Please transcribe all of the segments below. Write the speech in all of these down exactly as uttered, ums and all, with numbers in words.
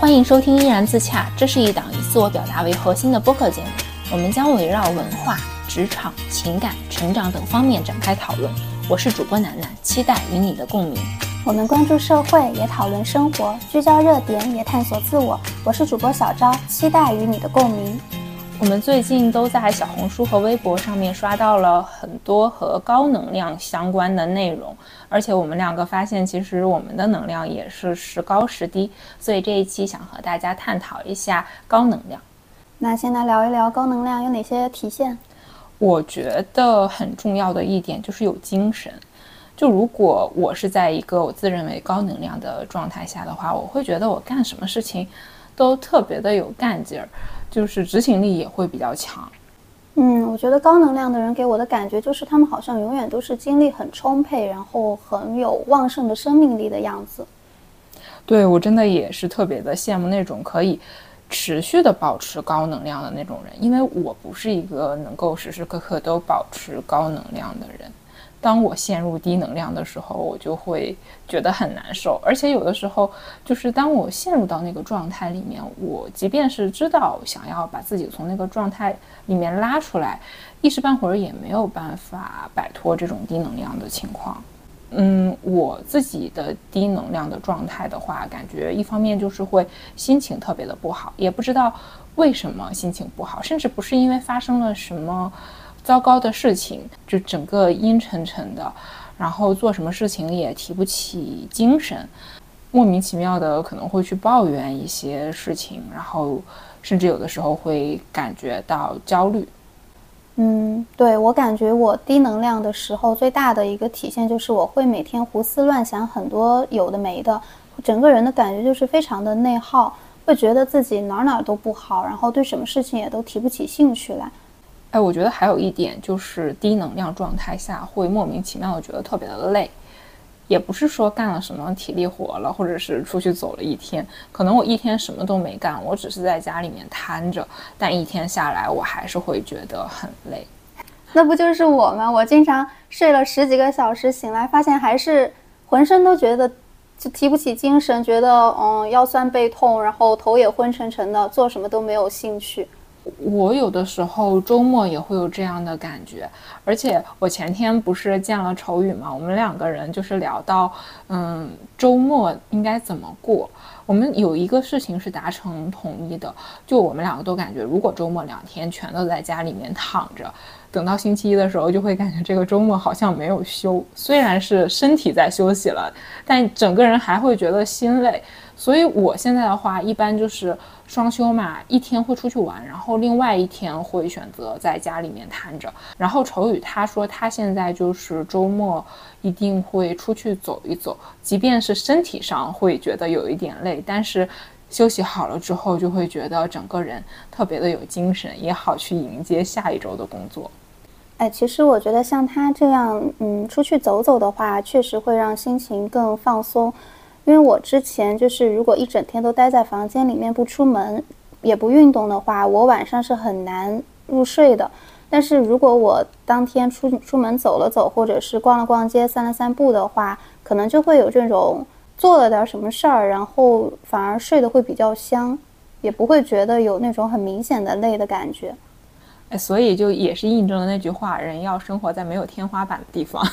欢迎收听依然自洽，这是一档以自我表达为核心的播客节目，我们将围绕文化、职场、情感、成长等方面展开讨论。我是主播楠楠，期待与你的共鸣。 我们关注社会，也讨论生活，聚焦热点，也探索自我。我是主播小昭，期待与你的共鸣。 我们最近都在小红书和微博上面刷到了很多和高能量相关的内容，而且我们两个发现其实我们的能量也是时高时低，所以这一期想和大家探讨一下高能量。 那先来聊一聊高能量有哪些体现。 我觉得很重要的一点就是有精神，就如果我是在一个我自认为高能量的状态下的话，我会觉得我干什么事情都特别的有干劲儿，就是执行力也会比较强。 嗯，我觉得高能量的人给我的感觉就是他们好像永远都是精力很充沛，然后很有旺盛的生命力的样子。 对，我真的也是特别的羡慕那种可以持续的保持高能量的那种人，因为我不是一个能够时时刻刻都保持高能量的人。当我陷入低能量的时候，我就会觉得很难受，而且有的时候就是当我陷入到那个状态里面，我即便是知道想要把自己从那个状态里面拉出来，一时半会儿也没有办法摆脱这种低能量的情况。嗯，我自己的低能量的状态的话，感觉一方面就是会心情特别的不好，也不知道为什么心情不好，甚至不是因为发生了什么糟糕的事情，就整个阴沉沉的，然后做什么事情也提不起精神，莫名其妙的可能会去抱怨一些事情，然后甚至有的时候会感觉到焦虑。 嗯，对，我感觉我低能量的时候最大的一个体现就是我会每天胡思乱想很多有的没的，整个人的感觉就是非常的内耗，会觉得自己哪哪都不好，然后对什么事情也都提不起兴趣来。 哎，我觉得还有一点就是低能量状态下会莫名其妙的觉得特别的累，也不是说干了什么体力活了，或者是出去走了一天，可能我一天什么都没干，我只是在家里面瘫着，但一天下来我还是会觉得很累。 那不就是我吗？我经常睡了十几个小时，醒来发现还是浑身都觉得就提不起精神，觉得嗯腰酸背痛，然后头也昏沉沉的，做什么都没有兴趣。 我有的时候周末也会有这样的感觉，而且我前天不是见了丑宇嘛，我们两个人就是聊到嗯周末应该怎么过，我们有一个事情是达成统一的，就我们两个都感觉如果周末两天全都在家里面躺着，等到星期一的时候就会感觉这个周末好像没有休，虽然是身体在休息了，但整个人还会觉得心累。所以我现在的话一般就是双休嘛，一天会出去玩，然后另外一天会选择在家里面瘫着。然后丑宇他说他现在就是周末一定会出去走一走，即便是身体上会觉得有一点累，但是休息好了之后就会觉得整个人特别的有精神，也好去迎接下一周的工作。 哎，其实我觉得像他这样嗯出去走走的话，确实会让心情更放松。因为我之前就是如果一整天都待在房间里面不出门也不运动的话，我晚上是很难入睡的。但是如果我当天出出门走了走，或者是逛了逛街散了散步的话，可能就会有这种做了点什么事儿，然后反而睡得会比较香，也不会觉得有那种很明显的累的感觉。 哎，所以就也是印证了那句话，人要生活在没有天花板的地方。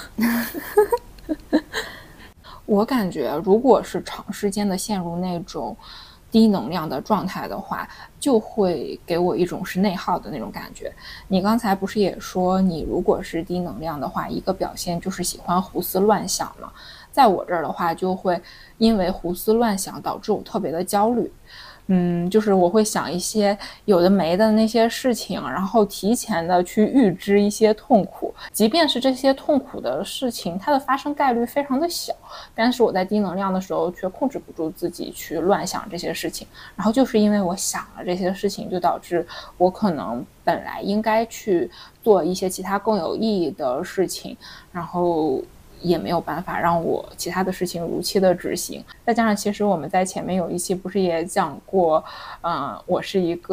我感觉如果是长时间的陷入那种低能量的状态的话，就会给我一种是内耗的那种感觉。你刚才不是也说你如果是低能量的话，一个表现就是喜欢胡思乱想嘛，在我这儿的话就会因为胡思乱想导致我特别的焦虑。嗯，就是我会想一些有的没的那些事情，然后提前的去预知一些痛苦，即便是这些痛苦的事情它的发生概率非常的小，但是我在低能量的时候却控制不住自己去乱想这些事情，然后就是因为我想了这些事情，就导致我可能本来应该去做一些其他更有意义的事情，然后也没有办法让我其他的事情如期的执行。再加上其实我们在前面有一期不是也讲过，嗯、呃，我是一个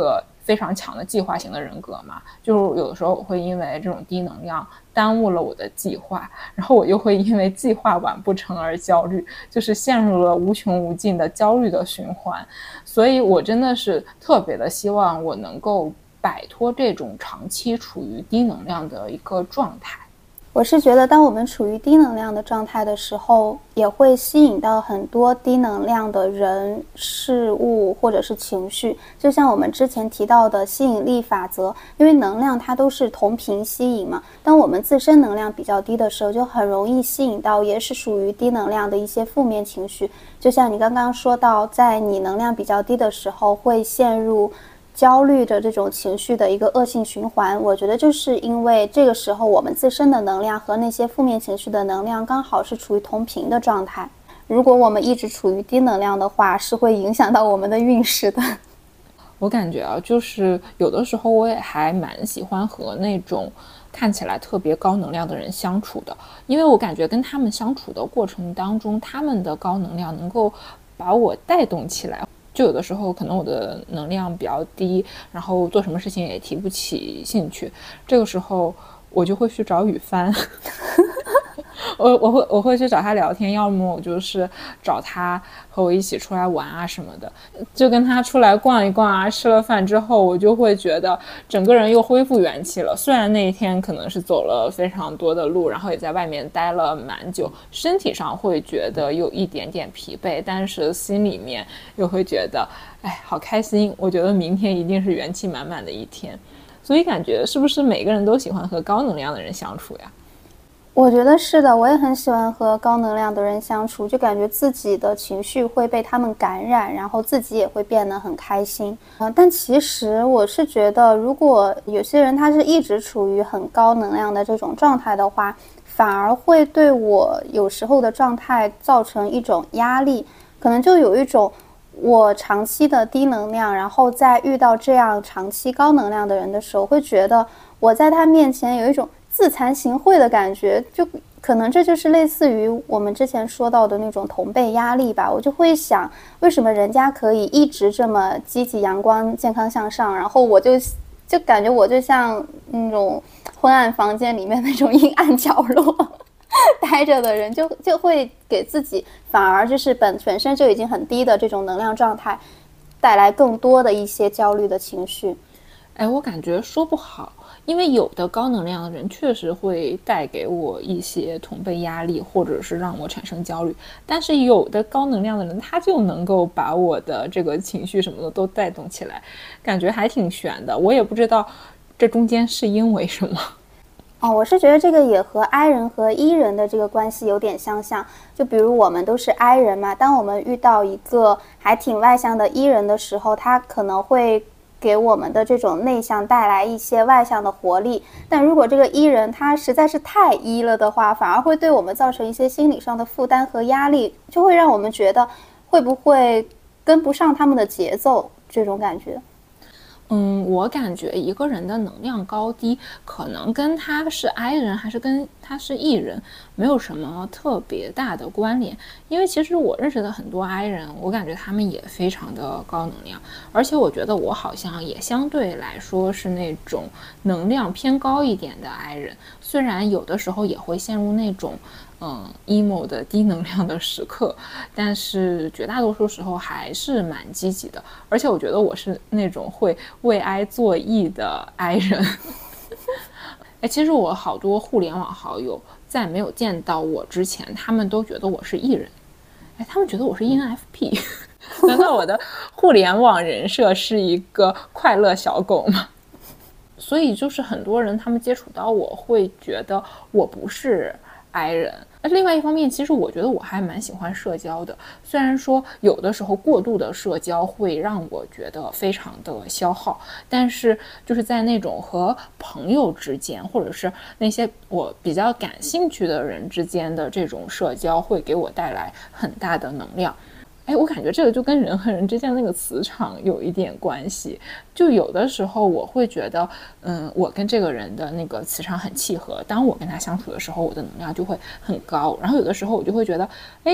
非常强的计划型的人格嘛，就是有的时候我会因为这种低能量耽误了我的计划，然后我又会因为计划完不成而焦虑，就是陷入了无穷无尽的焦虑的循环。所以我真的是特别的希望我能够摆脱这种长期处于低能量的一个状态。 我是觉得当我们处于低能量的状态的时候，也会吸引到很多低能量的人事物或者是情绪，就像我们之前提到的吸引力法则，因为能量它都是同频吸引嘛，当我们自身能量比较低的时候，就很容易吸引到也是属于低能量的一些负面情绪。就像你刚刚说到，在你能量比较低的时候会陷入焦虑的这种情绪的一个恶性循环，我觉得就是因为这个时候我们自身的能量和那些负面情绪的能量刚好是处于同频的状态。如果我们一直处于低能量的话，是会影响到我们的运势的。 我感觉啊，就是有的时候我也还蛮喜欢和那种看起来特别高能量的人相处的，因为我感觉跟他们相处的过程当中，他们的高能量能够把我带动起来。就有的时候可能我的能量比较低，然后做什么事情也提不起兴趣，这个时候我就会去找雨帆我我会我会去找他聊天，要么我就是找他和我一起出来玩啊什么的，就跟他出来逛一逛啊，吃了饭之后我就会觉得整个人又恢复元气了。虽然那一天可能是走了非常多的路，然后也在外面待了蛮久，身体上会觉得有一点点疲惫，但是心里面又会觉得哎，好开心，我觉得明天一定是元气满满的一天。所以感觉是不是每个人都喜欢和高能量的人相处呀？ 我觉得是的，我也很喜欢和高能量的人相处，就感觉自己的情绪会被他们感染，然后自己也会变得很开心。呃，但其实我是觉得，如果有些人他是一直处于很高能量的这种状态的话，反而会对我有时候的状态造成一种压力，可能就有一种我长期的低能量，然后在遇到这样长期高能量的人的时候，会觉得我在他面前有一种自惭形秽的感觉，就可能这就是类似于我们之前说到的那种同辈压力吧。我就会想，为什么人家可以一直这么积极阳光健康向上，然后我就就感觉我就像那种昏暗房间里面那种阴暗角落待着的人，就就会给自己反而就是本本身就已经很低的这种能量状态带来更多的一些焦虑的情绪。 哎，我感觉说不好，因为有的高能量的人确实会带给我一些同辈压力，或者是让我产生焦虑，但是有的高能量的人他就能够把我的这个情绪什么的都带动起来，感觉还挺悬的。我也不知道这中间是因为什么。 哦，我是觉得这个也和 I 人和 E 人的这个关系有点相像。就比如我们都是 I 人嘛，当我们遇到一个还挺外向的 E 人的时候，他可能会给我们的这种内向带来一些外向的活力，但如果这个 E 人他实在是太 E 了的话，反而会对我们造成一些心理上的负担和压力，就会让我们觉得会不会跟不上他们的节奏，这种感觉。 嗯，我感觉一个人的能量高低，可能跟他是 I 人还是跟他是 E 人没有什么特别大的关联。因为其实我认识的很多 I 人，我感觉他们也非常的高能量，而且我觉得我好像也相对来说是那种能量偏高一点的 I 人，虽然有的时候也会陷入那种嗯 emo 的低能量的时刻，但是绝大多数时候还是蛮积极的。而且我觉得我是那种会为 I 作 E 的 I 人哎，其实我好多互联网好友在没有见到我之前，他们都觉得我是 E 人，哎，他们觉得我是 E N F P 难道我的互联网人设是一个快乐小狗吗？所以就是很多人他们接触到我会觉得我不是 I 人。另外一方面，其实我觉得我还蛮喜欢社交的，虽然说有的时候过度的社交会让我觉得非常的消耗，但是就是在那种和朋友之间，或者是那些我比较感兴趣的人之间的这种社交，会给我带来很大的能量。哎，我感觉这个就跟人和人之间那个磁场有一点关系。就有的时候我会觉得，嗯，我跟这个人的那个磁场很契合，当我跟他相处的时候，我的能量就会很高。然后有的时候我就会觉得，哎，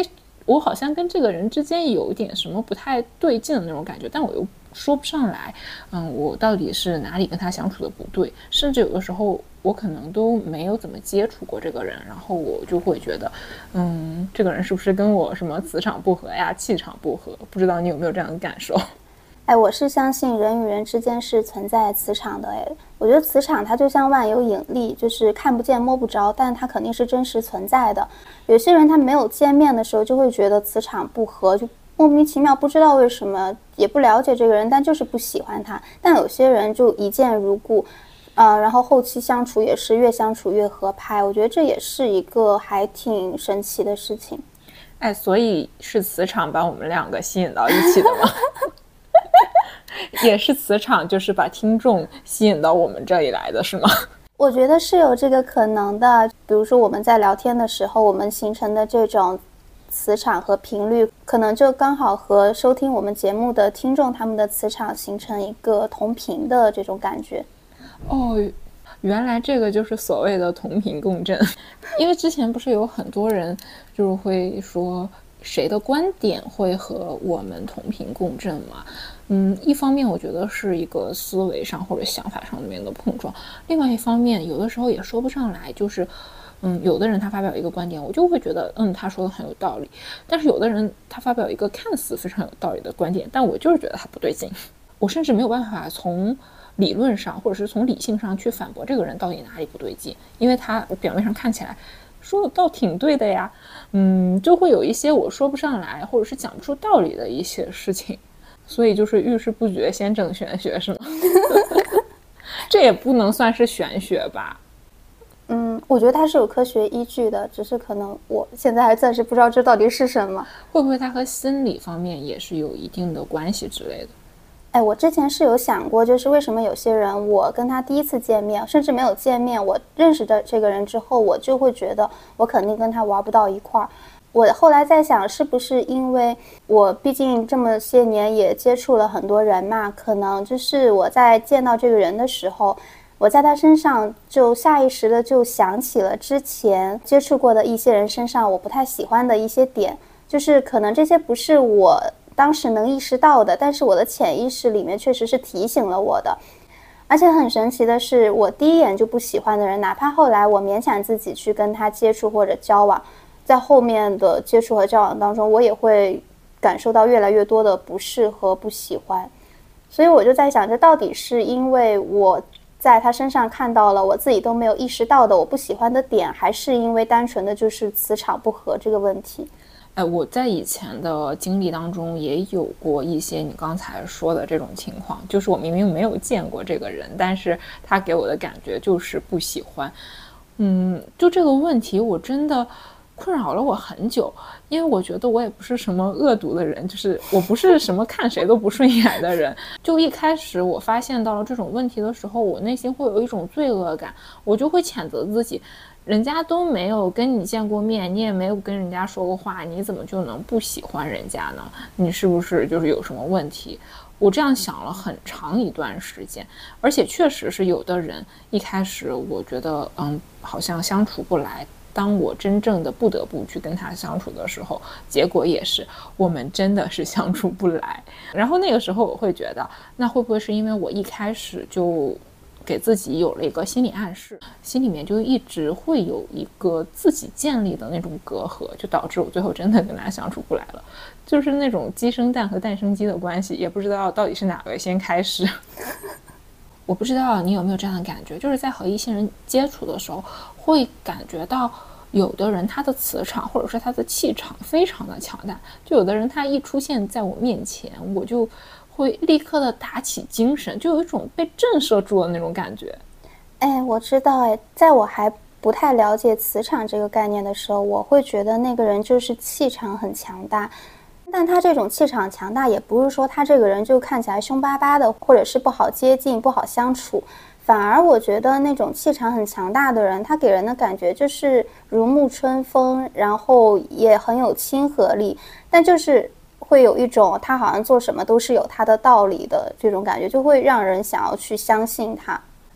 我好像跟这个人之间有点什么不太对劲的那种感觉，但我又说不上来，嗯，我到底是哪里跟他相处的不对，甚至有的时候我可能都没有怎么接触过这个人，然后我就会觉得，嗯，这个人是不是跟我什么磁场不合呀，气场不合？不知道你有没有这样的感受？ 哎，我是相信人与人之间是存在磁场的。哎，我觉得磁场它就像万有引力，就是看不见摸不着，但它肯定是真实存在的。有些人他没有见面的时候就会觉得磁场不合，就莫名其妙，不知道为什么，也不了解这个人，但就是不喜欢他。但有些人就一见如故，呃，然后后期相处也是越相处越合拍。我觉得这也是一个还挺神奇的事情。 哎，所以是磁场把我们两个吸引到一起的吗？也是磁场就是把听众吸引到我们这里来的是吗？ 我觉得是有这个可能的。比如说我们在聊天的时候，我们形成的这种磁场和频率可能就刚好和收听我们节目的听众他们的磁场形成一个同频的这种感觉。 哦，原来这个就是所谓的同频共振。因为之前不是有很多人就是会说谁的观点会和我们同频共振嘛？嗯，一方面我觉得是一个思维上或者想法上面的碰撞，另外一方面有的时候也说不上来，就是嗯，有的人他发表一个观点，我就会觉得嗯他说的很有道理，但是有的人他发表一个看似非常有道理的观点，但我就是觉得他不对劲，我甚至没有办法从理论上或者是从理性上去反驳这个人到底哪里不对劲，因为他表面上看起来说的倒挺对的呀，嗯，就会有一些我说不上来或者是讲不出道理的一些事情，所以就是遇事不决先整玄学是吗？这也不能算是玄学吧。 嗯，我觉得它是有科学依据的，只是可能我现在还暂时不知道这到底是什么。 会不会它和心理方面也是有一定的关系之类的？ 哎，我之前是有想过，就是为什么有些人我跟他第一次见面，甚至没有见面，我认识的这个人之后，我就会觉得我肯定跟他玩不到一块儿。我后来在想，是不是因为我毕竟这么些年也接触了很多人嘛，可能就是我在见到这个人的时候，我在他身上就下意识的就想起了之前接触过的一些人身上我不太喜欢的一些点，就是可能这些不是我当时能意识到的，但是我的潜意识里面确实是提醒了我的。而且很神奇的是，我第一眼就不喜欢的人，哪怕后来我勉强自己去跟他接触或者交往，在后面的接触和交往当中，我也会感受到越来越多的不适和不喜欢。所以我就在想，这到底是因为我在他身上看到了我自己都没有意识到的我不喜欢的点，还是因为单纯的就是磁场不合这个问题？ 哎，我在以前的经历当中也有过一些你刚才说的这种情况，就是我明明没有见过这个人，但是他给我的感觉就是不喜欢。嗯，就这个问题我真的困扰了我很久，因为我觉得我也不是什么恶毒的人，就是我不是什么看谁都不顺眼的人。就一开始我发现到了这种问题的时候，我内心会有一种罪恶感，我就会谴责自己，人家都没有跟你见过面，你也没有跟人家说过话，你怎么就能不喜欢人家呢？你是不是就是有什么问题？我这样想了很长一段时间，而且确实是有的人一开始我觉得嗯好像相处不来，当我真正的不得不去跟他相处的时候，结果也是我们真的是相处不来。然后那个时候我会觉得，那会不会是因为我一开始就给自己有了一个心理暗示，心里面就一直会有一个自己建立的那种隔阂，就导致我最后真的跟他相处不来了，就是那种鸡生蛋和蛋生鸡的关系，也不知道到底是哪个先开始。我不知道你有没有这样的感觉，就是在和一些人接触的时候，会感觉到有的人他的磁场或者是他的气场非常的强大，就有的人他一出现在我面前，我就会立刻的打起精神，就有一种被震慑住的那种感觉。 哎，我知道。哎，在我还不太了解磁场这个概念的时候，我会觉得那个人就是气场很强大。但他这种气场强大，也不是说他这个人就看起来凶巴巴的，或者是不好接近、不好相处。反而我觉得那种气场很强大的人，他给人的感觉就是如沐春风，然后也很有亲和力，但就是会有一种他好像做什么都是有他的道理的这种感觉，就会让人想要去相信他。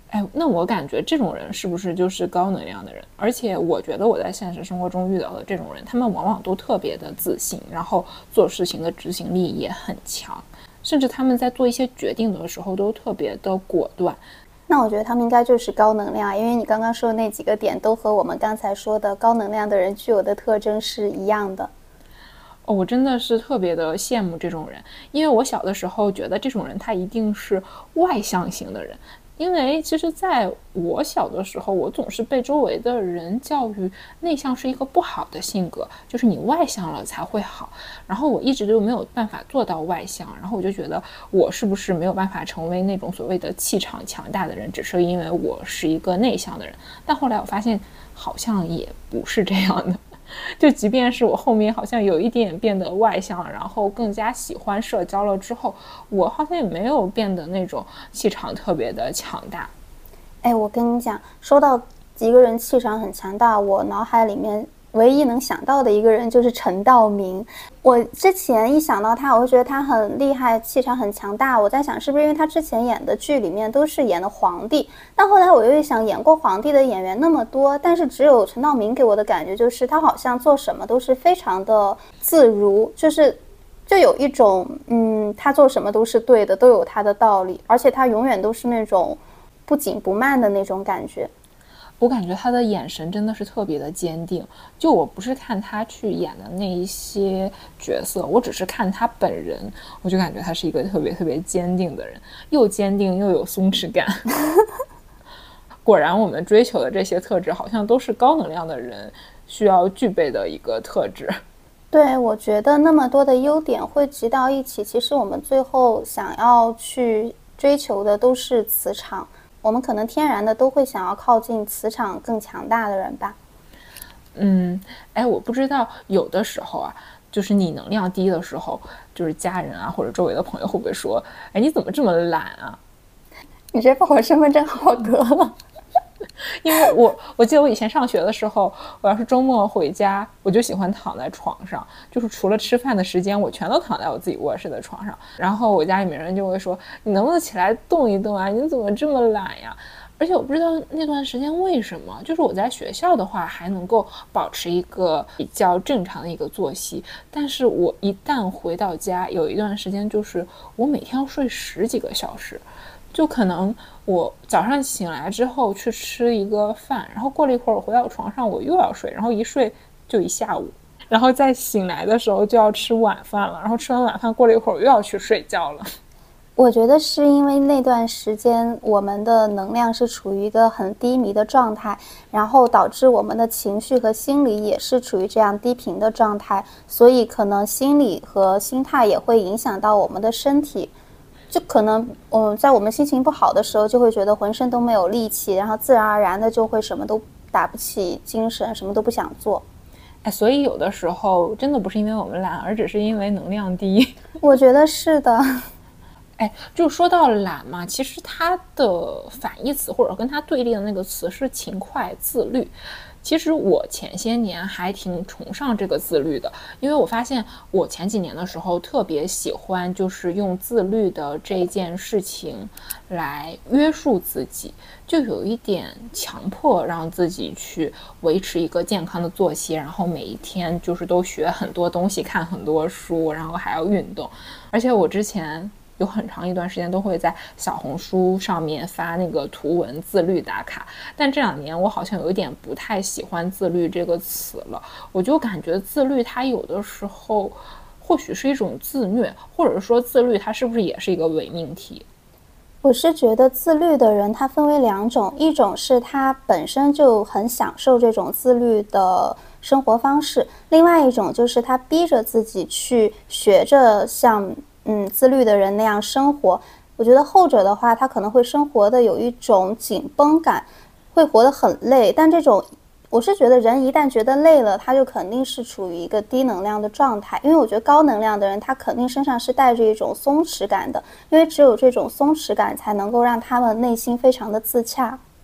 哎，那我感觉这种人是不是就是高能量的人？而且我觉得我在现实生活中遇到的这种人，他们往往都特别的自信，然后做事情的执行力也很强，甚至他们在做一些决定的时候都特别的果断。 那我觉得他们应该就是高能量，因为你刚刚说的那几个点都和我们刚才说的高能量的人具有的特征是一样的。 哦，我真的是特别的羡慕这种人，因为我小的时候觉得这种人他一定是外向型的人。因为其实在我小的时候，我总是被周围的人教育内向是一个不好的性格，就是你外向了才会好。然后我一直都没有办法做到外向，然后我就觉得我是不是没有办法成为那种所谓的气场强大的人，只是因为我是一个内向的人。但后来我发现好像也不是这样的，就即便是我后面好像有一点变得外向，然后更加喜欢社交了之后，我好像也没有变得那种气场特别的强大。 哎，我跟你讲，说到一个人气场很强大，我脑海里面唯一能想到的一个人就是陈道明。我之前一想到他，我会觉得他很厉害，气场很强大。我在想是不是因为他之前演的剧里面都是演的皇帝，但后来我又一想，演过皇帝的演员那么多，但是只有陈道明给我的感觉就是他好像做什么都是非常的自如，就是就有一种嗯，他做什么都是对的，都有他的道理，而且他永远都是那种不紧不慢的那种感觉。 我感觉他的眼神真的是特别的坚定，就我不是看他去演的那一些角色，我只是看他本人，我就感觉他是一个特别特别坚定的人，又坚定又有松弛感。果然我们追求的这些特质好像都是高能量的人需要具备的一个特质。 对，我觉得那么多的优点汇集到一起，其实我们最后想要去追求的都是磁场，我们可能天然的都会想要靠近磁场更强大的人吧。 嗯，哎，我不知道有的时候啊，就是你能量低的时候，就是家人啊或者周围的朋友会不会说，哎，你怎么这么懒啊？ 你这把我身份证号得了。 因为我我记得我以前上学的时候，我要是周末回家，我就喜欢躺在床上，就是除了吃饭的时间，我全都躺在我自己卧室的床上。然后我家里面人就会说，你能不能起来动一动啊？你怎么这么懒呀？而且我不知道那段时间为什么，就是我在学校的话还能够保持一个比较正常的一个作息，但是我一旦回到家，有一段时间就是我每天要睡十几个小时。就可能我早上醒来之后去吃一个饭，然后过了一会儿我回到床上我又要睡，然后一睡就一下午，然后再醒来的时候就要吃晚饭了，然后吃完晚饭过了一会儿我又要去睡觉了。 我觉得是因为那段时间我们的能量是处于一个很低迷的状态，然后导致我们的情绪和心理也是处于这样低频的状态，所以可能心理和心态也会影响到我们的身体。就可能嗯，在我们心情不好的时候就会觉得浑身都没有力气，然后自然而然的就会什么都打不起精神，什么都不想做。 哎，所以有的时候真的不是因为我们懒，而只是因为能量低。 我觉得是的。 哎，就说到懒嘛，其实它的反义词或者跟它对立的那个词是勤快自律。其实我前些年还挺崇尚这个自律的，因为我发现我前几年的时候特别喜欢就是用自律的这件事情来约束自己，就有一点强迫让自己去维持一个健康的作息，然后每一天就是都学很多东西，看很多书，然后还要运动。而且我之前有很长一段时间都会在小红书上面发那个图文自律打卡，但这两年我好像有一点不太喜欢自律这个词了，我就感觉自律它有的时候或许是一种自虐，或者说自律它是不是也是一个伪命题。 我是觉得自律的人他分为两种，一种是他本身就很享受这种自律的生活方式，另外一种就是他逼着自己去学着像嗯，自律的人那样生活。我觉得后者的话，他可能会生活的有一种紧绷感，会活得很累。但这种，我是觉得人一旦觉得累了，他就肯定是处于一个低能量的状态。因为我觉得高能量的人，他肯定身上是带着一种松弛感的，因为只有这种松弛感，才能够让他们内心非常的自洽。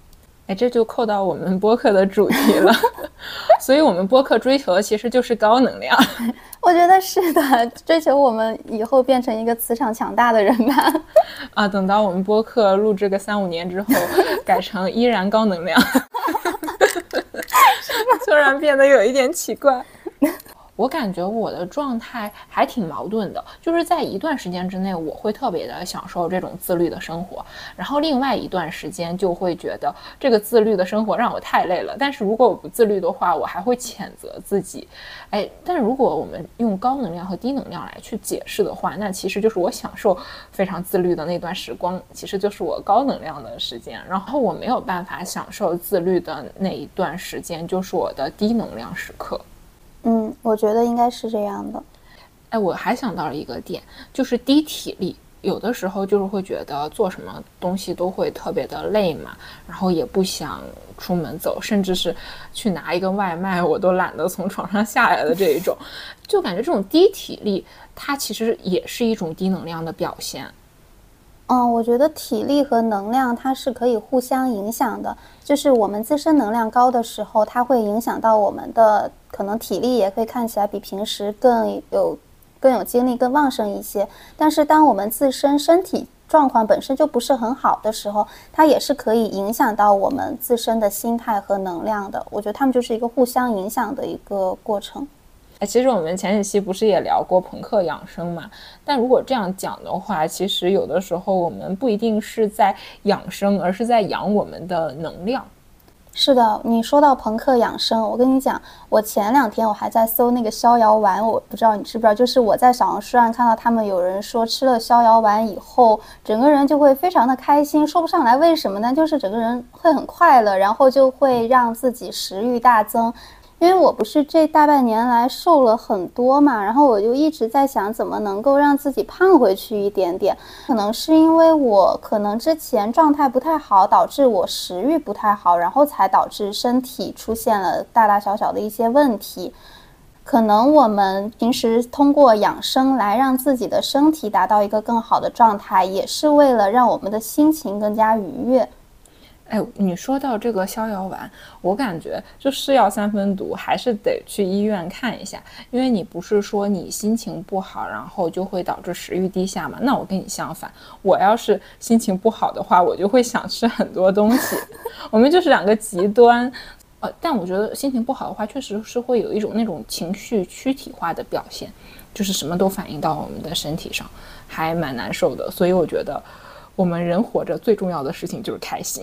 哎，这就扣到我们播客的主题了。所以我们播客追求的其实就是高能量。 我觉得是的，追求我们以后变成一个磁场强大的人吧。 啊，等到我们播客录制个三五年之后，改成依然高能量。突然变得有一点奇怪。我感觉我的状态还挺矛盾的，就是在一段时间之内我会特别的享受这种自律的生活，然后另外一段时间就会觉得这个自律的生活让我太累了，但是如果我不自律的话我还会谴责自己。哎，但如果我们用高能量和低能量来去解释的话，那其实就是我享受非常自律的那段时光其实就是我高能量的时间，然后我没有办法享受自律的那一段时间就是我的低能量时刻。 嗯，我觉得应该是这样的。 哎，我还想到了一个点，就是低体力。有的时候就是会觉得做什么东西都会特别的累嘛，然后也不想出门走，甚至是去拿一个外卖我都懒得从床上下来的这一种，就感觉这种低体力它其实也是一种低能量的表现。 嗯，我觉得体力和能量它是可以互相影响的，就是我们自身能量高的时候，它会影响到我们的可能体力也会看起来比平时更有更有精力更旺盛一些，但是当我们自身身体状况本身就不是很好的时候，它也是可以影响到我们自身的心态和能量的。我觉得它们就是一个互相影响的一个过程。 哎，其实我们前几期不是也聊过朋克养生嘛？但如果这样讲的话，其实有的时候我们不一定是在养生，而是在养我们的能量。 是的，你说到朋克养生，我跟你讲，我前两天我还在搜那个逍遥丸，我不知道你知不知道，就是我在小红书上看到他们有人说吃了逍遥丸以后，整个人就会非常的开心，说不上来为什么呢，就是整个人会很快乐，然后就会让自己食欲大增。因为我不是这大半年来瘦了很多嘛，然后我就一直在想怎么能够让自己胖回去一点点。可能是因为我可能之前状态不太好，导致我食欲不太好，然后才导致身体出现了大大小小的一些问题。可能我们平时通过养生来让自己的身体达到一个更好的状态，也是为了让我们的心情更加愉悦。 哎，你说到这个逍遥丸，我感觉就是药三分毒，还是得去医院看一下。因为你不是说你心情不好，然后就会导致食欲低下嘛？那我跟你相反，我要是心情不好的话，我就会想吃很多东西。我们就是两个极端。呃，但我觉得心情不好的话，确实是会有一种那种情绪躯体化的表现，就是什么都反映到我们的身体上，还蛮难受的。所以我觉得我们人活着最重要的事情就是开心。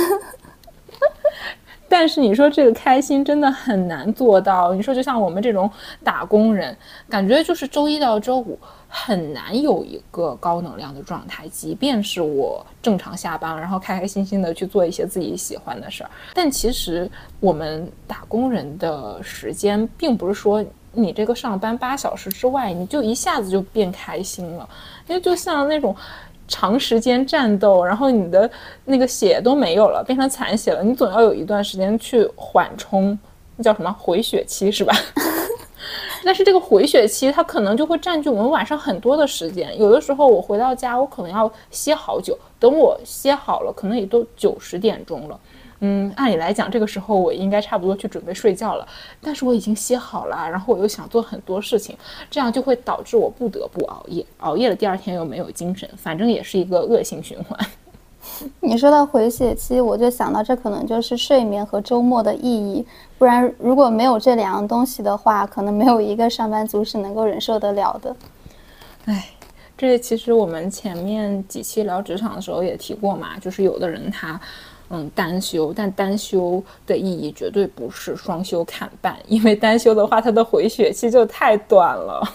但是你说这个开心真的很难做到，你说就像我们这种打工人，感觉就是周一到周五很难有一个高能量的状态，即便是我正常下班，然后开开心心的去做一些自己喜欢的事儿，但其实我们打工人的时间并不是说你这个上班八小时之外你就一下子就变开心了，因为就像那种长时间战斗，然后你的那个血都没有了，变成残血了，你总要有一段时间去缓冲，那叫什么回血期是吧？但是这个回血期它可能就会占据我们晚上很多的时间，有的时候我回到家我可能要歇好久，等我歇好了可能也都九十点钟了。嗯，按理来讲这个时候我应该差不多去准备睡觉了，但是我已经歇好了，然后我又想做很多事情，这样就会导致我不得不熬夜，熬夜了第二天又没有精神，反正也是一个恶性循环。 你说到回血期，我就想到这可能就是睡眠和周末的意义，不然如果没有这两样东西的话，可能没有一个上班族是能够忍受得了的。 哎，这其实我们前面几期聊职场的时候也提过嘛，就是有的人他嗯，单休，但单休的意义绝对不是双休砍半，因为单休的话它的回血期就太短了。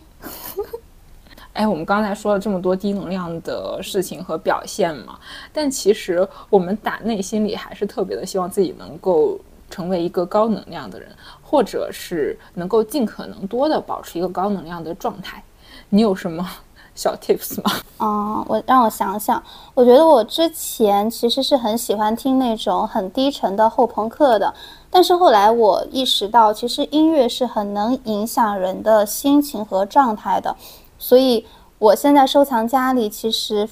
哎，我们刚才说了这么多低能量的事情和表现嘛，但其实我们打内心里还是特别的希望自己能够成为一个高能量的人，或者是能够尽可能多的保持一个高能量的状态。你有什么小 tips 吗？ 嗯，我让我想想，我觉得我之前其实是很喜欢听那种很低沉的后朋克的，但是后来我意识到，其实音乐是很能影响人的心情和状态的，所以我现在收藏夹里其实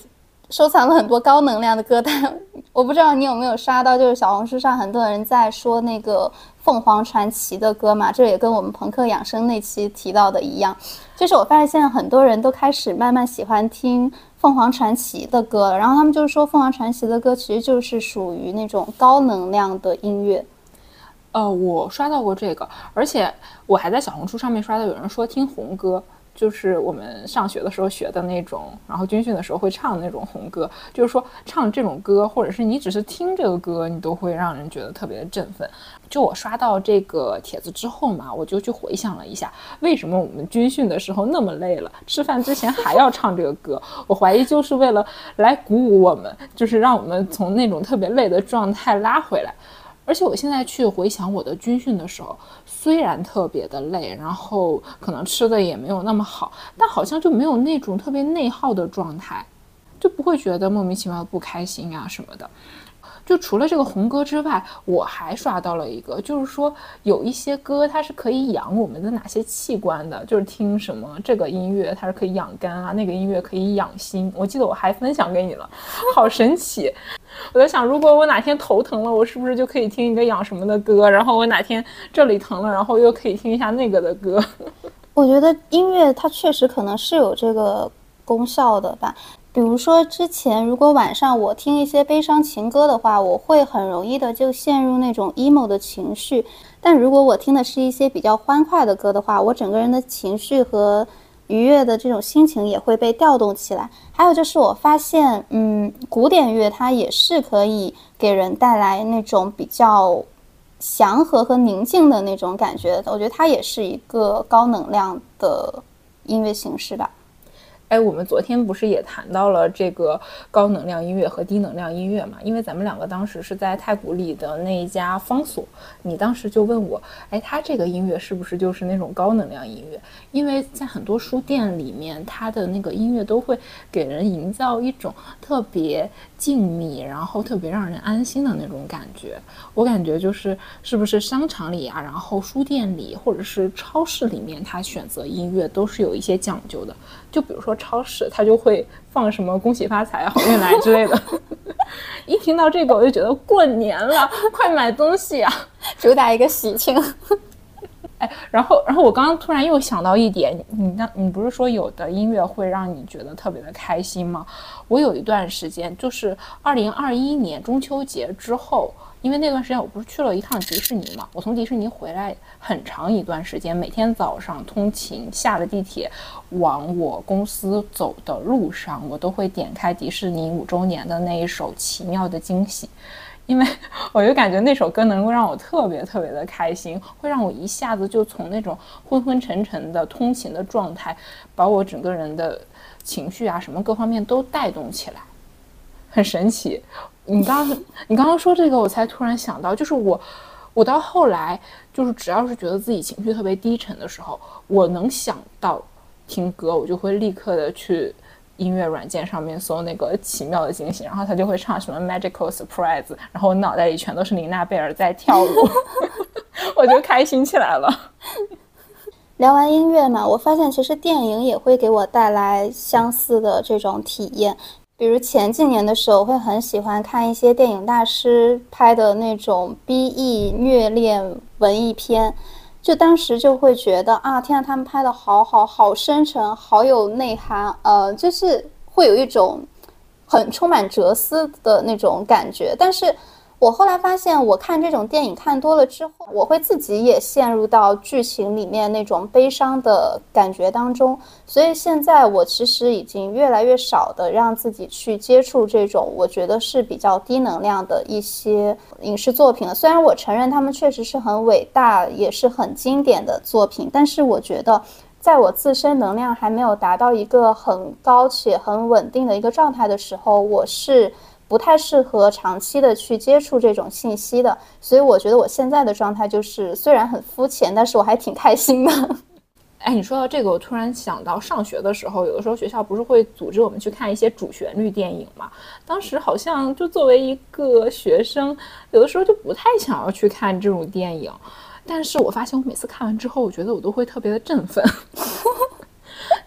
收藏了很多高能量的歌单。我不知道你有没有刷到，就是小红书上很多人在说那个凤凰传奇的歌嘛，这也跟我们朋克养生那期提到的一样，就是我发现现在很多人都开始慢慢喜欢听凤凰传奇的歌了，然后他们就是说凤凰传奇的歌其实就是属于那种高能量的音乐。 呃，我刷到过这个，而且我还在小红书上面刷到有人说听红歌，就是我们上学的时候学的那种，然后军训的时候会唱的那种红歌，就是说唱这种歌，或者是你只是听这个歌，你都会让人觉得特别的振奋。就我刷到这个帖子之后嘛，我就去回想了一下，为什么我们军训的时候那么累了，吃饭之前还要唱这个歌？我怀疑就是为了来鼓舞我们，就是让我们从那种特别累的状态拉回来。而且我现在去回想我的军训的时候，虽然特别的累，然后可能吃的也没有那么好，但好像就没有那种特别内耗的状态，就不会觉得莫名其妙的不开心啊什么的。就除了这个红歌之外，我还刷到了一个，就是说有一些歌它是可以养我们的哪些器官的，就是听什么这个音乐它是可以养肝啊，那个音乐可以养心。我记得我还分享给你了，好神奇。我在想，如果我哪天头疼了，我是不是就可以听一个养什么的歌，然后我哪天这里疼了，然后又可以听一下那个的歌。 我觉得音乐它确实可能是有这个功效的吧。比如说之前如果晚上我听一些悲伤情歌的话，我会很容易的就陷入那种 emo 的情绪，但如果我听的是一些比较欢快的歌的话，我整个人的情绪和愉悦的这种心情也会被调动起来。还有就是我发现嗯，古典乐它也是可以给人带来那种比较祥和和宁静的那种感觉，我觉得它也是一个高能量的音乐形式吧。 哎，我们昨天不是也谈到了这个高能量音乐和低能量音乐嘛？因为咱们两个当时是在太古里的那一家方所，你当时就问我，哎，他这个音乐是不是就是那种高能量音乐？因为在很多书店里面，他的那个音乐都会给人营造一种特别静谧，然后特别让人安心的那种感觉。我感觉就是是不是商场里啊，然后书店里或者是超市里面，他选择音乐都是有一些讲究的。就比如说超市，他就会放什么恭喜发财好运来之类的。一听到这个我就觉得过年了，快买东西啊， 主打一个喜庆。 哎，然后然后我刚刚突然又想到一点，你当你不是说有的音乐会让你觉得特别的开心吗？我有一段时间就是二零二一年中秋节之后，因为那段时间我不是去了一趟迪士尼嘛，我从迪士尼回来很长一段时间，每天早上通勤下了地铁往我公司走的路上，我都会点开迪士尼五周年的那一首《奇妙的惊喜》，因为我就感觉那首歌能够让我特别特别的开心，会让我一下子就从那种昏昏沉沉的通勤的状态，把我整个人的情绪啊什么各方面都带动起来，很神奇。你刚刚你刚刚说这个，我才突然想到，就是我我到后来就是只要是觉得自己情绪特别低沉的时候，我能想到听歌，我就会立刻的去音乐软件上面搜那个奇妙的惊喜，然后他就会唱什么 Magical Surprise， 然后我脑袋里全都是琳娜贝尔在跳舞。我就开心起来了。 聊完音乐嘛，我发现其实电影也会给我带来相似的这种体验。比如前几年的时候，我会很喜欢看一些电影大师拍的那种 B E 虐恋文艺片，就当时就会觉得啊，天啊，他们拍的好好好深沉，好有内涵，呃，就是会有一种很充满哲思的那种感觉。但是我后来发现，我看这种电影看多了之后，我会自己也陷入到剧情里面那种悲伤的感觉当中，所以现在我其实已经越来越少的让自己去接触这种我觉得是比较低能量的一些影视作品了。虽然我承认他们确实是很伟大也是很经典的作品，但是我觉得在我自身能量还没有达到一个很高且很稳定的一个状态的时候，我是不太适合长期的去接触这种信息的。所以我觉得我现在的状态就是虽然很肤浅，但是我还挺开心的。 哎，你说到这个，我突然想到上学的时候，有的时候学校不是会组织我们去看一些主旋律电影嘛？当时好像就作为一个学生，有的时候就不太想要去看这种电影，但是我发现我每次看完之后，我觉得我都会特别的振奋。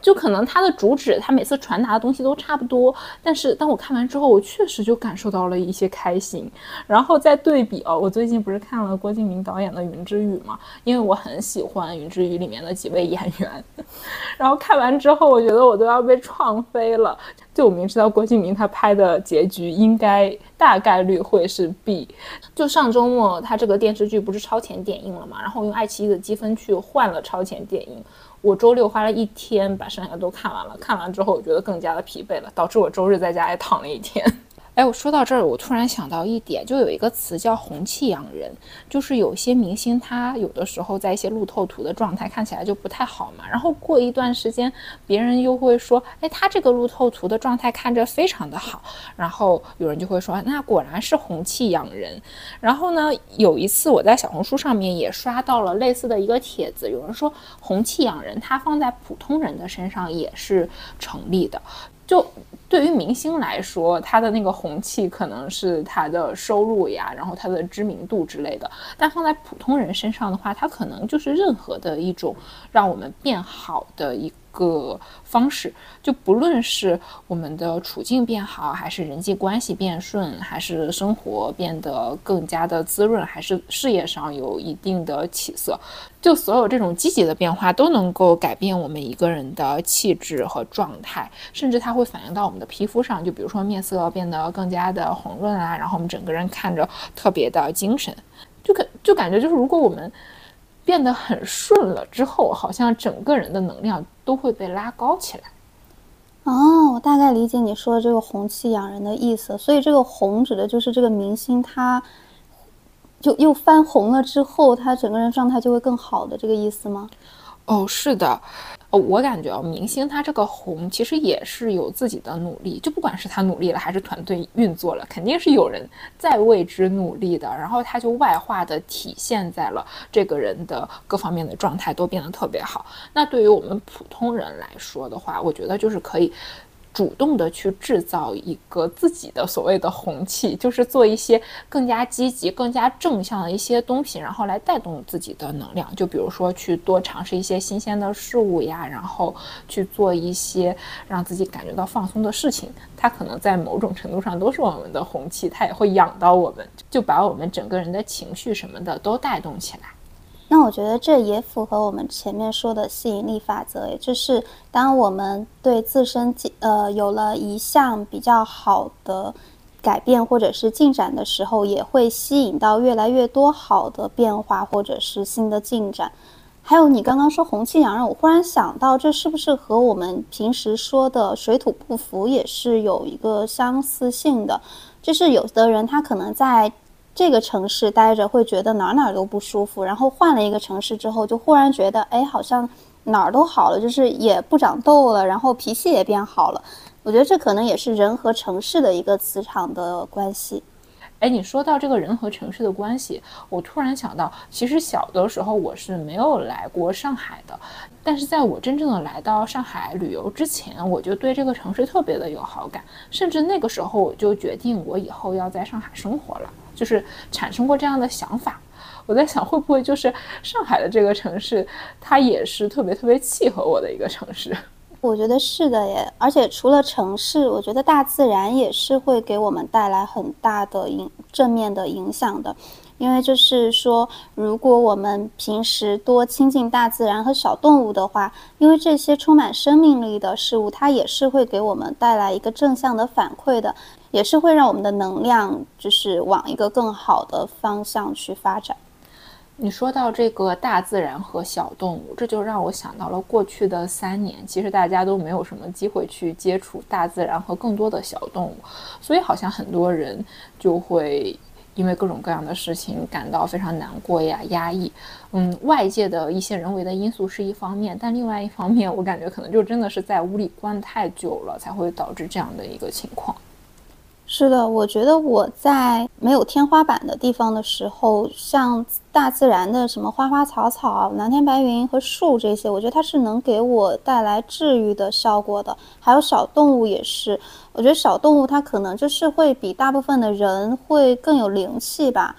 就可能它的主旨，它每次传达的东西都差不多，但是当我看完之后，我确实就感受到了一些开心。然后再对比哦，我最近不是看了郭敬明导演的《云之羽》嘛，因为我很喜欢《云之羽》里面的几位演员，然后看完之后，我觉得我都要被创飞了。就我明知道郭敬明他拍的结局应该大概率会是 B， 就上周末他这个电视剧不是超前点映了嘛，然后用爱奇艺的积分去换了超前点映，我周六花了一天把剩下都看完了，看完之后我觉得更加的疲惫了，导致我周日在家也躺了一天。哎，我说到这儿，我突然想到一点，就有一个词叫红气养人，就是有些明星他有的时候在一些路透图的状态看起来就不太好嘛，然后过一段时间别人又会说，哎，他这个路透图的状态看着非常的好，然后有人就会说，那果然是红气养人。然后呢，有一次我在小红书上面也刷到了类似的一个帖子，有人说红气养人它放在普通人的身上也是成立的。就对于明星来说，他的那个红气可能是他的收入呀，然后他的知名度之类的，但放在普通人身上的话，他可能就是任何的一种让我们变好的一个方式，就不论是我们的处境变好，还是人际关系变顺，还是生活变得更加的滋润，还是事业上有一定的起色，就所有这种积极的变化都能够改变我们一个人的气质和状态，甚至它会反映到我们的皮肤上，就比如说面色变得更加的红润啊，然后我们整个人看着特别的精神，就感就感觉就是如果我们变得很顺了之后，好像整个人的能量都会被拉高起来。 哦，我大概理解你说的这个红气养人的意思，所以这个红指的就是这个明星他就又翻红了之后，他整个人状态就会更好的这个意思吗？ 哦，是的。哦，我感觉明星他这个红其实也是有自己的努力，就不管是他努力了还是团队运作了，肯定是有人在为之努力的，然后他就外化的体现在了这个人的各方面的状态都变得特别好。那对于我们普通人来说的话，我觉得就是可以主动的去制造一个自己的所谓的红气，就是做一些更加积极更加正向的一些东西，然后来带动自己的能量，就比如说去多尝试一些新鲜的事物呀，然后去做一些让自己感觉到放松的事情，它可能在某种程度上都是我们的红气，它也会养到我们，就把我们整个人的情绪什么的都带动起来。 那我觉得这也符合我们前面说的吸引力法则，也就是当我们对自身呃有了一项比较好的改变或者是进展的时候，也会吸引到越来越多好的变化或者是新的进展。还有你刚刚说红气养人，我忽然想到，这是不是和我们平时说的水土不服也是有一个相似性的？就是有的人他可能在这个城市待着会觉得哪哪都不舒服，然后换了一个城市之后就忽然觉得哎，好像哪儿都好了，就是也不长痘了，然后脾气也变好了。我觉得这可能也是人和城市的一个磁场的关系。 哎，你说到这个人和城市的关系，我突然想到，其实小的时候我是没有来过上海的，但是在我真正的来到上海旅游之前，我就对这个城市特别的有好感，甚至那个时候我就决定我以后要在上海生活了，就是产生过这样的想法。我在想会不会就是上海的这个城市，它也是特别特别契合我的一个城市。 我觉得是的耶，而且除了城市，我觉得大自然也是会给我们带来很大的影正面的影响的。因为就是说，如果我们平时多亲近大自然和小动物的话，因为这些充满生命力的事物，它也是会给我们带来一个正向的反馈的，也是会让我们的能量就是往一个更好的方向去发展。 你说到这个大自然和小动物，这就让我想到了过去的三年，其实大家都没有什么机会去接触大自然和更多的小动物，所以好像很多人就会因为各种各样的事情感到非常难过呀、压抑。嗯，外界的一些人为的因素是一方面，但另外一方面，我感觉可能就真的是在屋里关太久了，才会导致这样的一个情况。 是的，我觉得我在没有天花板的地方的时候，像大自然的什么花花草草、蓝天白云和树这些，我觉得它是能给我带来治愈的效果的。还有小动物也是，我觉得小动物它可能就是会比大部分的人会更有灵气吧。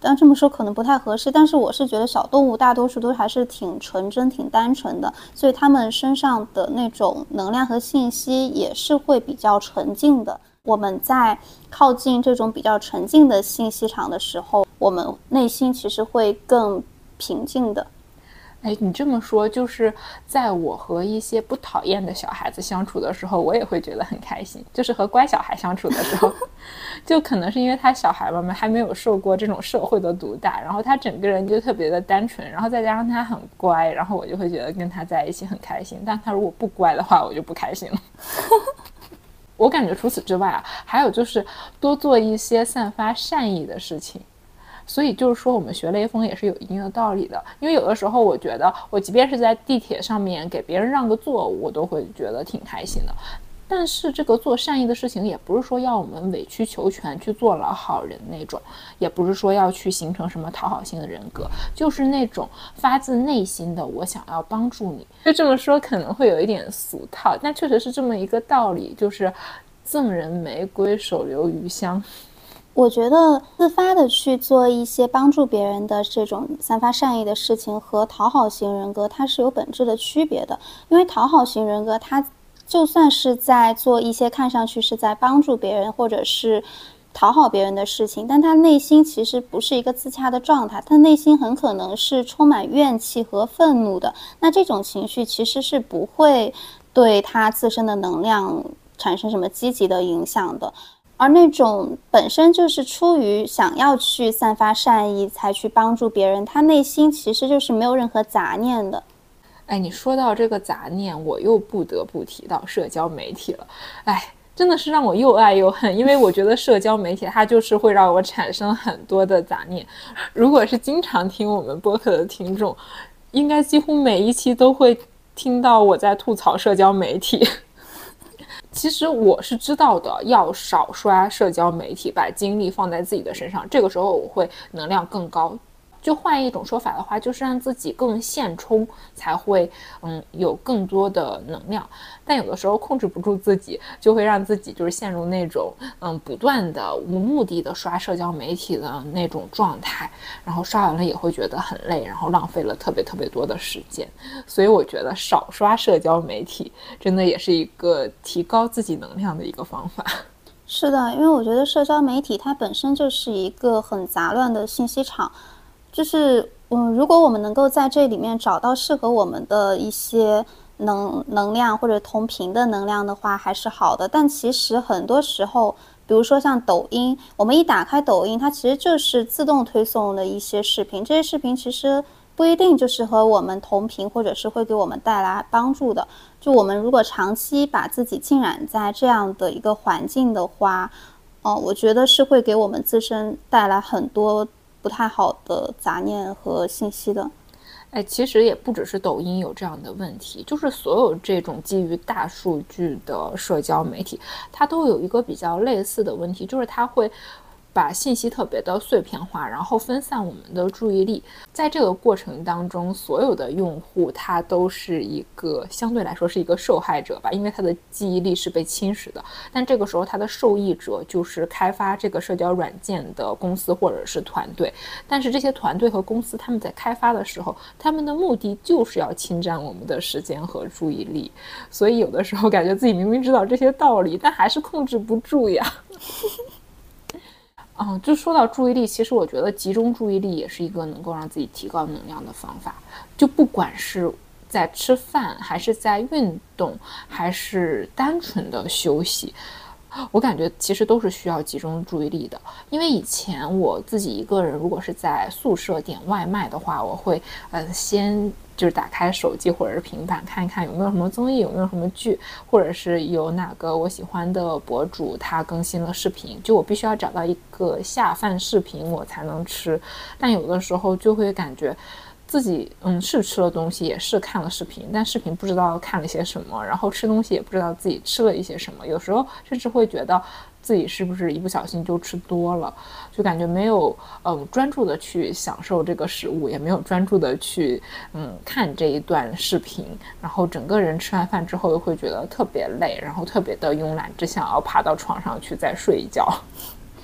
但这么说可能不太合适，但是我是觉得小动物大多数都还是挺纯真挺单纯的，所以它们身上的那种能量和信息也是会比较纯净的。我们在靠近这种比较纯净的信息场的时候，我们内心其实会更平静的。 哎，你这么说，就是在我和一些不讨厌的小孩子相处的时候，我也会觉得很开心。就是和乖小孩相处的时候，就可能是因为他小孩们还没有受过这种社会的毒打，然后他整个人就特别的单纯，然后再加上他很乖，然后我就会觉得跟他在一起很开心。但他如果不乖的话，我就不开心了。我感觉除此之外啊，还有就是多做一些散发善意的事情。所以就是说我们学雷锋也是有一定的道理的，因为有的时候我觉得我即便是在地铁上面给别人让个座，我都会觉得挺开心的。但是这个做善意的事情也不是说要我们委曲求全去做老好人那种，也不是说要去形成什么讨好性的人格，就是那种发自内心的我想要帮助你。就这么说可能会有一点俗套，但确实是这么一个道理，就是赠人玫瑰手留余香。 我觉得自发的去做一些帮助别人的这种散发善意的事情和讨好型人格它是有本质的区别的。因为讨好型人格他就算是在做一些看上去是在帮助别人或者是讨好别人的事情，但他内心其实不是一个自洽的状态，他内心很可能是充满怨气和愤怒的。那这种情绪其实是不会对他自身的能量产生什么积极的影响的。而那种本身就是出于想要去散发善意才去帮助别人，他内心其实就是没有任何杂念的。 哎，你说到这个杂念，我又不得不提到社交媒体了。哎，真的是让我又爱又恨，因为我觉得社交媒体它就是会让我产生很多的杂念。如果是经常听我们播客的听众，应该几乎每一期都会听到我在吐槽社交媒体。其实我是知道的，要少刷社交媒体，把精力放在自己的身上，这个时候我会能量更高。就换一种说法的话，就是让自己更现充，才会嗯有更多的能量。但有的时候控制不住自己，就会让自己就是陷入那种嗯不断的无目的的刷社交媒体的那种状态，然后刷完了也会觉得很累，然后浪费了特别特别多的时间。所以我觉得少刷社交媒体真的也是一个提高自己能量的一个方法。 是的，因为我觉得社交媒体它本身就是一个很杂乱的信息场。就是嗯，如果我们能够在这里面找到适合我们的一些能能量或者同频的能量的话还是好的。但其实很多时候比如说像抖音，我们一打开抖音，它其实就是自动推送的一些视频，这些视频其实不一定就是和我们同频或者是会给我们带来帮助的。就我们如果长期把自己浸染在这样的一个环境的话，呃，我觉得是会给我们自身带来很多不太好的杂念和信息的。 哎，其实也不只是抖音有这样的问题，就是所有这种基于大数据的社交媒体，它都有一个比较类似的问题，就是它会把信息特别的碎片化，然后分散我们的注意力。在这个过程当中，所有的用户他都是一个相对来说是一个受害者吧，因为他的记忆力是被侵蚀的。但这个时候他的受益者就是开发这个社交软件的公司或者是团队。但是这些团队和公司他们在开发的时候，他们的目的就是要侵占我们的时间和注意力。所以有的时候感觉自己明明知道这些道理，但还是控制不住呀。嗯，就说到注意力，其实我觉得集中注意力也是一个能够让自己提高能量的方法。就不管是在吃饭，还是在运动，还是单纯的休息，我感觉其实都是需要集中注意力的。因为以前我自己一个人，如果是在宿舍点外卖的话，我会呃先就是打开手机或者是平板看一看有没有什么综艺，有没有什么剧，或者是有哪个我喜欢的博主他更新了视频，就我必须要找到一个下饭视频我才能吃。但有的时候就会感觉自己嗯是吃了东西，也是看了视频，但视频不知道看了些什么，然后吃东西也不知道自己吃了一些什么，有时候甚至会觉得自己是不是一不小心就吃多了，就感觉没有嗯专注的去享受这个食物，也没有专注的去嗯看这一段视频，然后整个人吃完饭之后又会觉得特别累，然后特别的慵懒，只想要爬到床上去再睡一觉。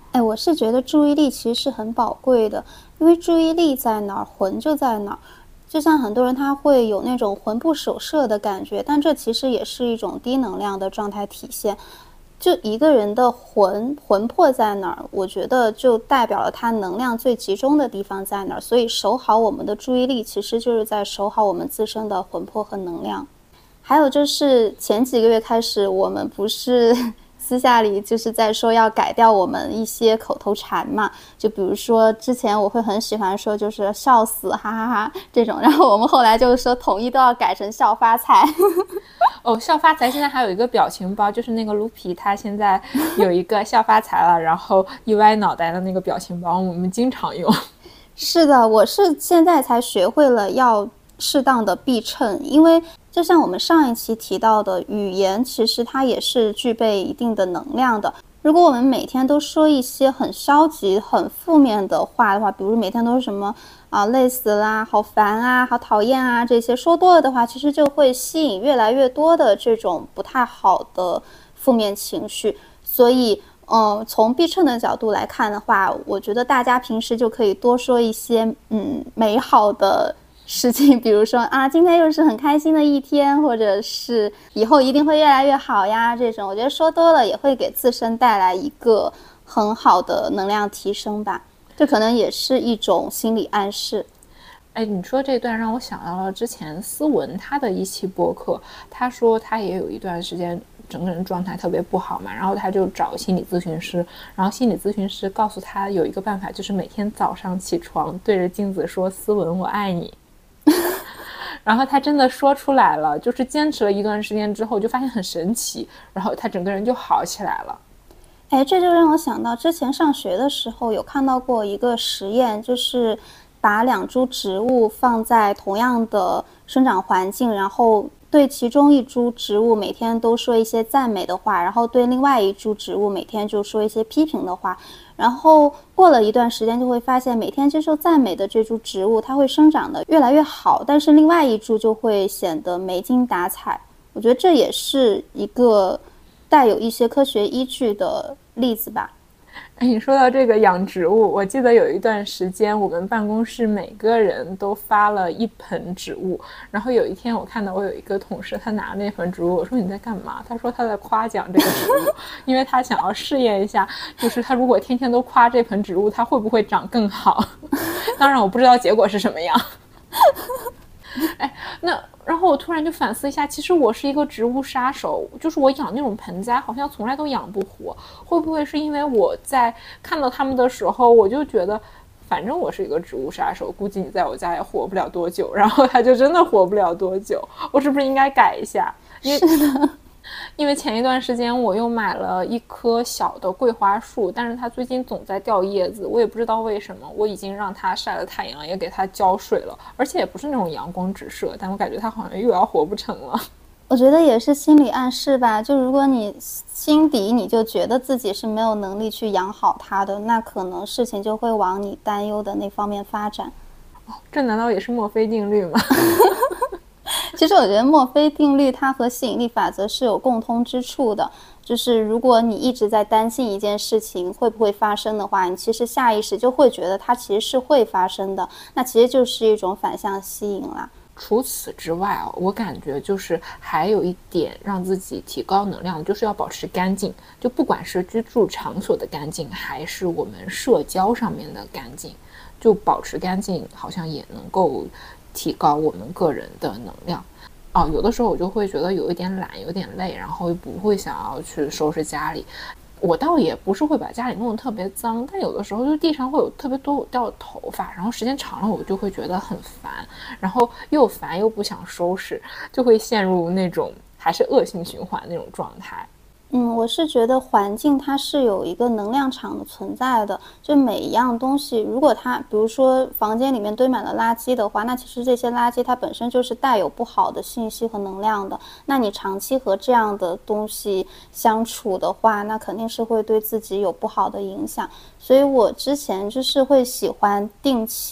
哎，我是觉得注意力其实是很宝贵的，因为注意力在哪儿，魂就在哪儿。就像很多人他会有那种魂不守舍的感觉，但这其实也是一种低能量的状态体现。就一个人的魂魂魄在哪儿，我觉得就代表了他能量最集中的地方在哪儿。所以守好我们的注意力，其实就是在守好我们自身的魂魄和能量。还有就是前几个月开始，我们不是私下里就是在说要改掉我们一些口头禅嘛，就比如说之前我会很喜欢说就是笑死哈哈哈这种，然后我们后来就是说统一都要改成笑发财。 哦，笑发财现在还有一个表情包，就是那个卢皮他现在有一个笑发财了，然后一歪脑袋的那个表情包，我们经常用。 是的，我是现在才学会了要适当的避衬，因为就像我们上一期提到的，语言其实它也是具备一定的能量的。如果我们每天都说一些很消极、很负面的话的话，比如每天都是什么啊累死啦、好烦啊、好讨厌啊，这些说多了的话，其实就会吸引越来越多的这种不太好的负面情绪。所以呃，从避衬的角度来看的话，我觉得大家平时就可以多说一些嗯美好的事情，比如说啊，今天又是很开心的一天，或者是以后一定会越来越好呀，这种我觉得说多了也会给自身带来一个很好的能量提升吧，这可能也是一种心理暗示。 哎，你说这段让我想到了之前思文他的一期播客，他说他也有一段时间整个人状态特别不好嘛，然后他就找心理咨询师，然后心理咨询师告诉他有一个办法，就是每天早上起床对着镜子说思文我爱你。然后他真的说出来了，就是坚持了一段时间之后就发现很神奇，然后他整个人就好起来了。 哎，这就让我想到之前上学的时候有看到过一个实验，就是把两株植物放在同样的生长环境，然后对其中一株植物每天都说一些赞美的话，然后对另外一株植物每天就说一些批评的话，然后过了一段时间就会发现每天接受赞美的这株植物它会生长得越来越好，但是另外一株就会显得没精打采。我觉得这也是一个带有一些科学依据的例子吧。 哎，你说到这个养植物，我记得有一段时间我们办公室每个人都发了一盆植物，然后有一天我看到我有一个同事他拿那盆植物，我说你在干嘛？他说他在夸奖这个植物，因为他想要试验一下，就是他如果天天都夸这盆植物它会不会长更好。当然我不知道结果是什么样。哎，那然后我突然就反思一下，其实我是一个植物杀手，就是我养那种盆栽好像从来都养不活，会不会是因为我在看到他们的时候我就觉得反正我是一个植物杀手，估计你在我家也活不了多久，然后他就真的活不了多久，我是不是应该改一下？因为是的， 因为前一段时间我又买了一棵小的桂花树，但是它最近总在掉叶子，我也不知道为什么。我已经让它晒了太阳，也给它浇水了，而且也不是那种阳光直射，但我感觉它好像又要活不成了。 我觉得也是心理暗示吧，就如果你心底你就觉得自己是没有能力去养好它的，那可能事情就会往你担忧的那方面发展。 哦，这难道也是墨菲定律吗？ 其实我觉得墨菲定律它和吸引力法则是有共通之处的，就是如果你一直在担心一件事情会不会发生的话，你其实下意识就会觉得它其实是会发生的，那其实就是一种反向吸引啦。 除此之外哦，我感觉就是还有一点让自己提高能量，就是要保持干净，就不管是居住场所的干净，还是我们社交上面的干净，就保持干净好像也能够提高我们个人的能量。哦，有的时候我就会觉得有一点懒，有点累，然后不会想要去收拾家里。我倒也不是会把家里弄得特别脏，但有的时候就地上会有特别多我掉的头发，然后时间长了我就会觉得很烦，然后又烦又不想收拾，就会陷入那种还是恶性循环那种状态。 嗯，我是觉得环境它是有一个能量场的存在的，就每一样东西，如果它比如说房间里面堆满了垃圾的话，那其实这些垃圾它本身就是带有不好的信息和能量的，那你长期和这样的东西相处的话，那肯定是会对自己有不好的影响。所以我之前就是会喜欢定期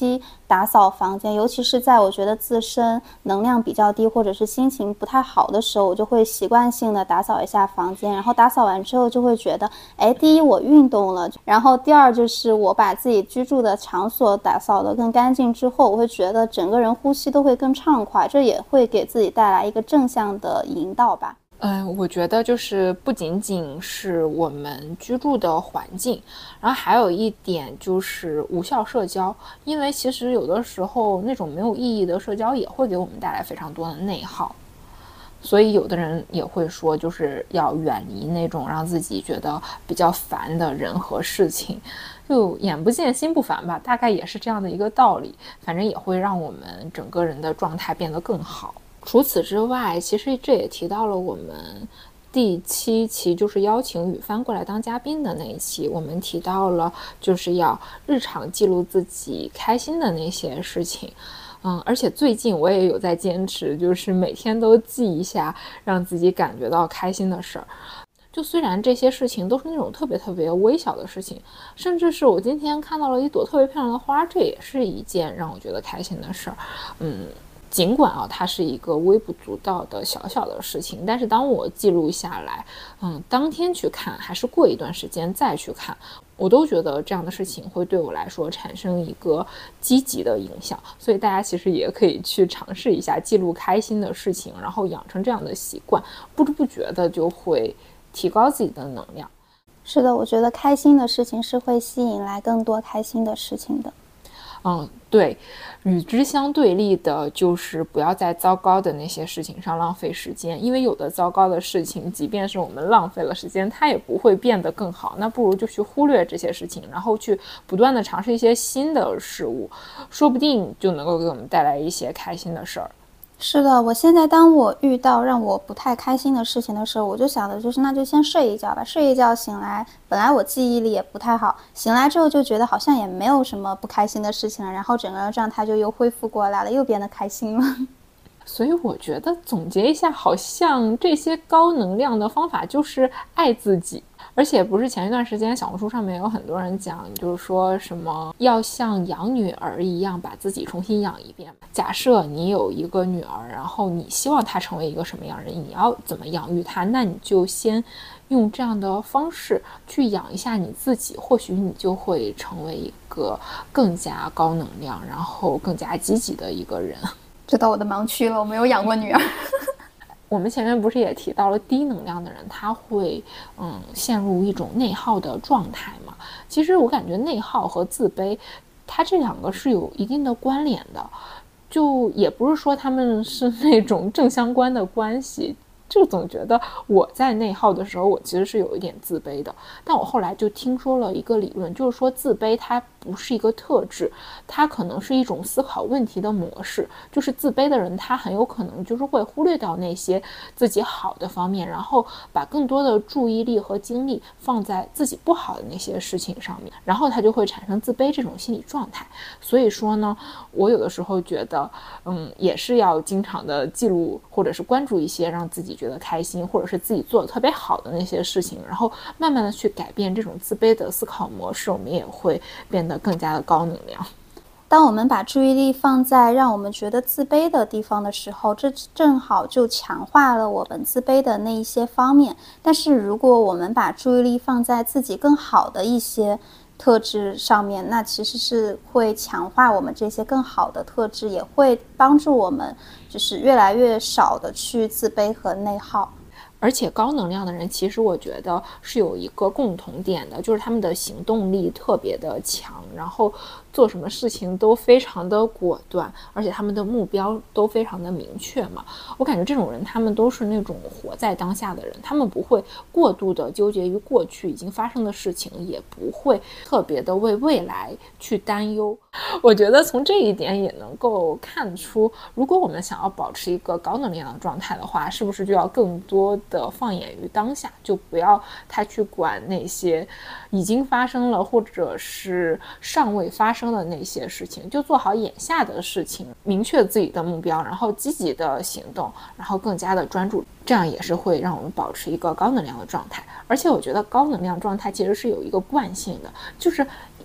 打扫房间，尤其是在我觉得自身能量比较低或者是心情不太好的时候，我就会习惯性的打扫一下房间，然后打扫完之后就会觉得，哎，第一我运动了，然后第二就是我把自己居住的场所打扫得更干净之后，我会觉得整个人呼吸都会更畅快，这也会给自己带来一个正向的引导吧。 嗯，我觉得就是不仅仅是我们居住的环境，然后还有一点就是无效社交，因为其实有的时候那种没有意义的社交也会给我们带来非常多的内耗，所以有的人也会说就是要远离那种让自己觉得比较烦的人和事情，就眼不见心不烦吧，大概也是这样的一个道理，反正也会让我们整个人的状态变得更好。除此之外，其实这也提到了我们第七期，就是邀请雨帆过来当嘉宾的那一期，我们提到了就是要日常记录自己开心的那些事情。嗯，而且最近我也有在坚持，就是每天都记一下让自己感觉到开心的事儿。就虽然这些事情都是那种特别特别微小的事情，甚至是我今天看到了一朵特别漂亮的花，这也是一件让我觉得开心的事儿。嗯。尽管啊，它是一个微不足道的小小的事情，但是当我记录下来，嗯，当天去看，还是过一段时间再去看，我都觉得这样的事情会对我来说产生一个积极的影响。所以大家其实也可以去尝试一下记录开心的事情，然后养成这样的习惯，不知不觉的就会提高自己的能量。 是的，我觉得开心的事情是会吸引来更多开心的事情的。 嗯，对，与之相对立的就是不要在糟糕的那些事情上浪费时间，因为有的糟糕的事情，即便是我们浪费了时间，它也不会变得更好。那不如就去忽略这些事情，然后去不断的尝试一些新的事物，说不定就能够给我们带来一些开心的事儿。 是的，我现在当我遇到让我不太开心的事情的时候，我就想的就是那就先睡一觉吧，睡一觉醒来，本来我记忆力也不太好，醒来之后就觉得好像也没有什么不开心的事情了，然后整个人状态就又恢复过来了，又变得开心了。 所以我觉得总结一下，好像这些高能量的方法就是爱自己。而且不是前一段时间小红书上面有很多人讲，就是说什么要像养女儿一样把自己重新养一遍。假设你有一个女儿，然后你希望她成为一个什么样的人，你要怎么养育她，那你就先用这样的方式去养一下你自己，或许你就会成为一个更加高能量，然后更加积极的一个人。 知道我的盲区了，我没有养过女儿。 我们前面不是也提到了低能量的人他会嗯陷入一种内耗的状态嘛？其实我感觉内耗和自卑它这两个是有一定的关联的，就也不是说他们是那种正相关的关系。就总觉得我在内耗的时候我其实是有一点自卑的，但我后来就听说了一个理论，就是说自卑它不是一个特质，它可能是一种思考问题的模式。就是自卑的人他很有可能就是会忽略掉那些自己好的方面，然后把更多的注意力和精力放在自己不好的那些事情上面，然后他就会产生自卑这种心理状态。所以说呢，我有的时候觉得嗯，也是要经常的记录或者是关注一些让自己觉得开心或者是自己做的特别好的那些事情，然后慢慢的去改变这种自卑的思考模式，我们也会变得更加的高能量。 当我们把注意力放在让我们觉得自卑的地方的时候，这正好就强化了我们自卑的那一些方面。但是如果我们把注意力放在自己更好的一些特质上面，那其实是会强化我们这些更好的特质，也会帮助我们就是越来越少的去自卑和内耗。 而且高能量的人其实我觉得是有一个共同点的，就是他们的行动力特别的强，然后做什么事情都非常的果断，而且他们的目标都非常的明确嘛。我感觉这种人他们都是那种活在当下的人，他们不会过度的纠结于过去已经发生的事情，也不会特别的为未来去担忧。我觉得从这一点也能够看出，如果我们想要保持一个高能量的状态的话，是不是就要更多的放眼于当下，就不要太去管那些已经发生了或者是尚未发生的那些事情，就做好眼下的事情，明确自己的目标，然后积极的行动，然后更加的专注，这样也是会让我们保持一个高能量的状态。而且我觉得高能量状态其实是有一个惯性的，就是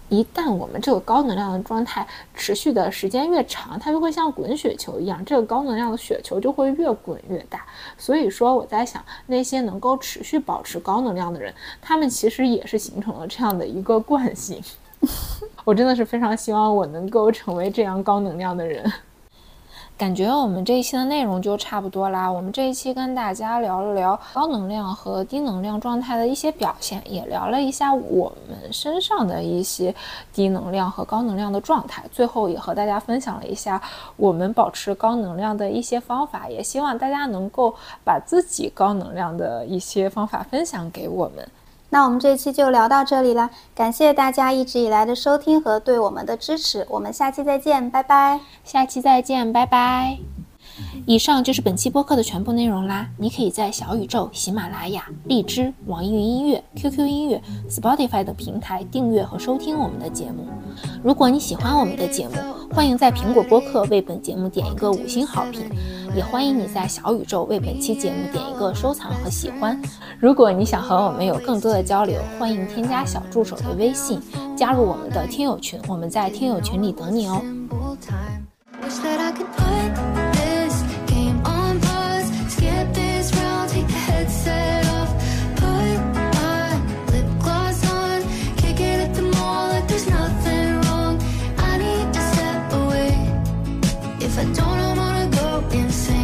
一旦我们这个高能量的状态持续的时间越长，它就会像滚雪球一样，这个高能量的雪球就会越滚越大。所以说我在想，那些能够持续保持高能量的人，他们其实也是形成了这样的一个惯性。我真的是非常希望我能够成为这样高能量的人。感觉我们这一期的内容就差不多啦。我们这一期跟大家聊了聊高能量和低能量状态的一些表现，也聊了一下我们身上的一些低能量和高能量的状态，最后也和大家分享了一下我们保持高能量的一些方法，也希望大家能够把自己高能量的一些方法分享给我们。 那我们这期就聊到这里啦，感谢大家一直以来的收听和对我们的支持，我们下期再见，拜拜。 下期再见，拜拜。以上就是本期播客的全部内容啦，你可以在小宇宙、喜马拉雅、荔枝、网易云音乐、Q Q 音乐、Spotify 等平台订阅和收听我们的节目。如果你喜欢我们的节目，欢迎在苹果播客为本节目点一个五星好评，也欢迎你在小宇宙为本期节目点一个收藏和喜欢。如果你想和我们有更多的交流，欢迎添加小助手的微信，加入我们的听友群，我们在听友群里等你哦。 I don't wanna go insane.